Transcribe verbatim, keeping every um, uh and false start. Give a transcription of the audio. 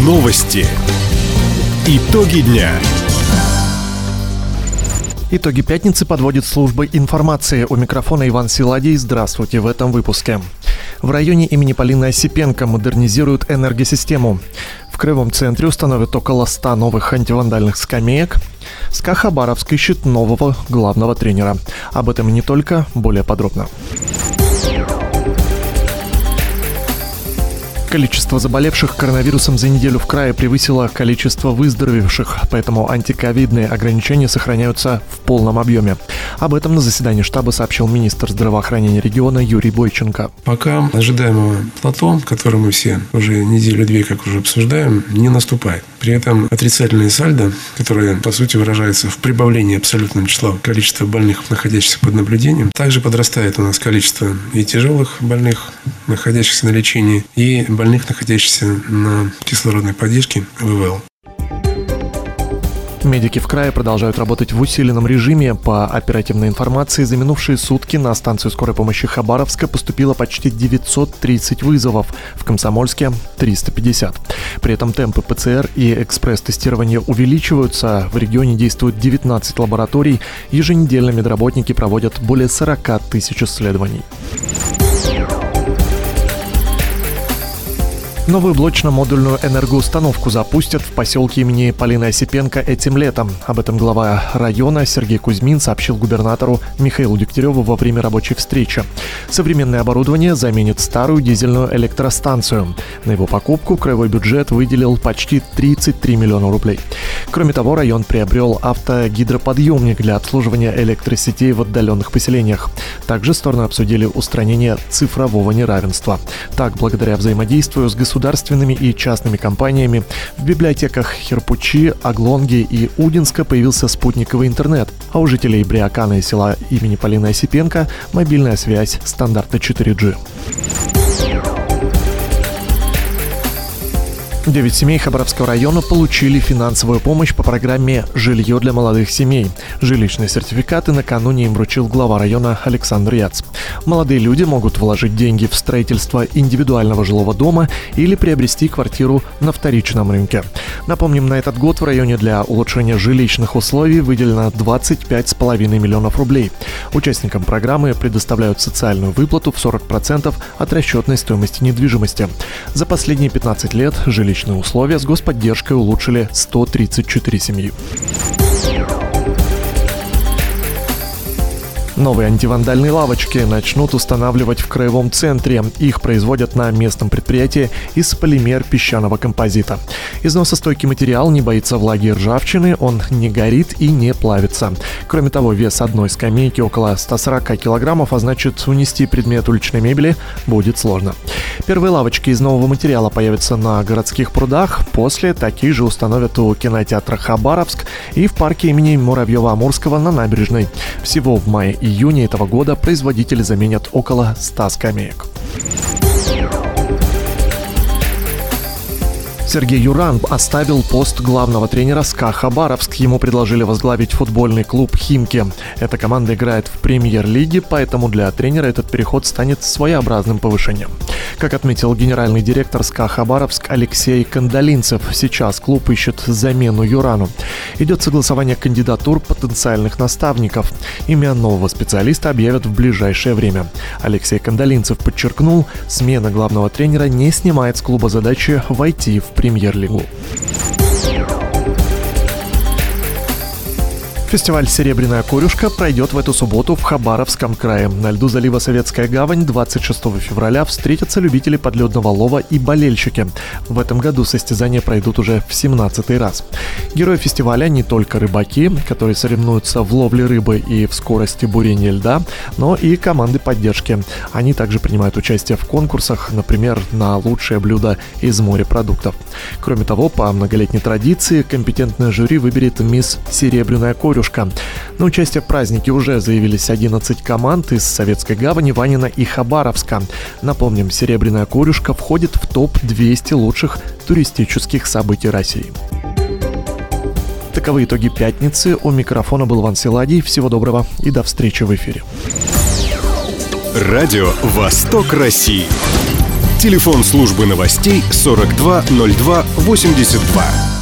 Новости. Итоги дня. Итоги пятницы подводит служба информации. У микрофона Иван Силадий. Здравствуйте в этом выпуске. В районе имени Полины Осипенко модернизируют энергосистему. В Краевом центре установят около ста новых антивандальных скамеек. СКА Хабаровск ищет нового главного тренера. Об этом и не только, более подробно. Количество заболевших коронавирусом за неделю в крае превысило количество выздоровевших, поэтому антиковидные ограничения сохраняются в полном объеме. Об этом на заседании штаба сообщил министр здравоохранения региона Юрий Бойченко. Пока ожидаемого плато, которое мы все уже неделю-две как уже обсуждаем, не наступает. При этом отрицательное сальдо, которое по сути выражается в прибавлении абсолютного числа количества больных, находящихся под наблюдением, также подрастает у нас количество и тяжелых больных, находящихся на лечении, и больных, находящихся на кислородной поддержке ВВЛ. Медики в крае продолжают работать в усиленном режиме. По оперативной информации, за минувшие сутки на станцию скорой помощи Хабаровска поступило почти девятьсот тридцать вызовов, в Комсомольске – триста пятьдесят. При этом темпы ПЦР и экспресс-тестирования увеличиваются. В регионе действует девятнадцать лабораторий. Еженедельно медработники проводят более сорок тысяч исследований. Новую блочно-модульную энергоустановку запустят в поселке имени Полины Осипенко этим летом. Об этом глава района Сергей Кузьмин сообщил губернатору Михаилу Дегтяреву во время рабочей встречи. Современное оборудование заменит старую дизельную электростанцию. На его покупку краевой бюджет выделил почти тридцать три миллиона рублей. Кроме того, район приобрел автогидроподъемник для обслуживания электросетей в отдаленных поселениях. Также стороны обсудили устранение цифрового неравенства. Так, благодаря взаимодействию с государством, государственными и частными компаниями в библиотеках Херпучи, Оглонги и Удинска появился спутниковый интернет, а у жителей Бриакана и села имени Полины Осипенко мобильная связь стандарта четыре джи. Девять семей Хабаровского района получили финансовую помощь по программе «Жилье для молодых семей». Жилищные сертификаты накануне им вручил глава района Александр Яц. Молодые люди могут вложить деньги в строительство индивидуального жилого дома или приобрести квартиру на вторичном рынке. Напомним, на этот год в районе для улучшения жилищных условий выделено двадцать пять целых пять десятых миллионов рублей. Участникам программы предоставляют социальную выплату в сорок процентов от расчетной стоимости недвижимости. За последние пятнадцать лет жилищные условия с господдержкой улучшили сто тридцать четыре семьи. Новые антивандальные лавочки начнут устанавливать в Краевом центре. Их производят на местном предприятии из полимер песчаного композита. Износостойкий материал не боится влаги и ржавчины, он не горит и не плавится. Кроме того, вес одной скамейки около ста сорока килограммов, а значит, унести предмет уличной мебели будет сложно. Первые лавочки из нового материала появятся на городских прудах. После такие же установят у кинотеатра «Хабаровск» и в парке имени Муравьева-Амурского на набережной. Всего в мае и июне этого года производители заменят около ста скамеек. Сергей Юран оставил пост главного тренера СКА Хабаровск. Ему предложили возглавить футбольный клуб «Химки». Эта команда играет в премьер-лиге, поэтому для тренера этот переход станет своеобразным повышением. Как отметил генеральный директор СКА Хабаровск Алексей Кандалинцев, сейчас клуб ищет замену Юрану. Идет согласование кандидатур потенциальных наставников. Имя нового специалиста объявят в ближайшее время. Алексей Кандалинцев подчеркнул, смена главного тренера не снимает с клуба задачи войти в премьер-лигу. Фестиваль «Серебряная корюшка» пройдет в эту субботу в Хабаровском крае. На льду залива Советская гавань двадцать шестого февраля встретятся любители подледного лова и болельщики. В этом году состязания пройдут уже в семнадцатый раз. Герои фестиваля не только рыбаки, которые соревнуются в ловле рыбы и в скорости бурения льда, но и команды поддержки. Они также принимают участие в конкурсах, например, на лучшее блюдо из морепродуктов. Кроме того, по многолетней традиции компетентное жюри выберет мисс «Серебряная корюшка». На участие в празднике уже заявились одиннадцать команд из Советской гавани, Ванина и Хабаровска. Напомним, «Серебряная корюшка» входит в топ двести лучших туристических событий России. Таковы итоги пятницы. У микрофона был Иван Силадий. Всего доброго и до встречи в эфире. Радио «Восток России». Телефон службы новостей сорок два ноль два восемьдесят два.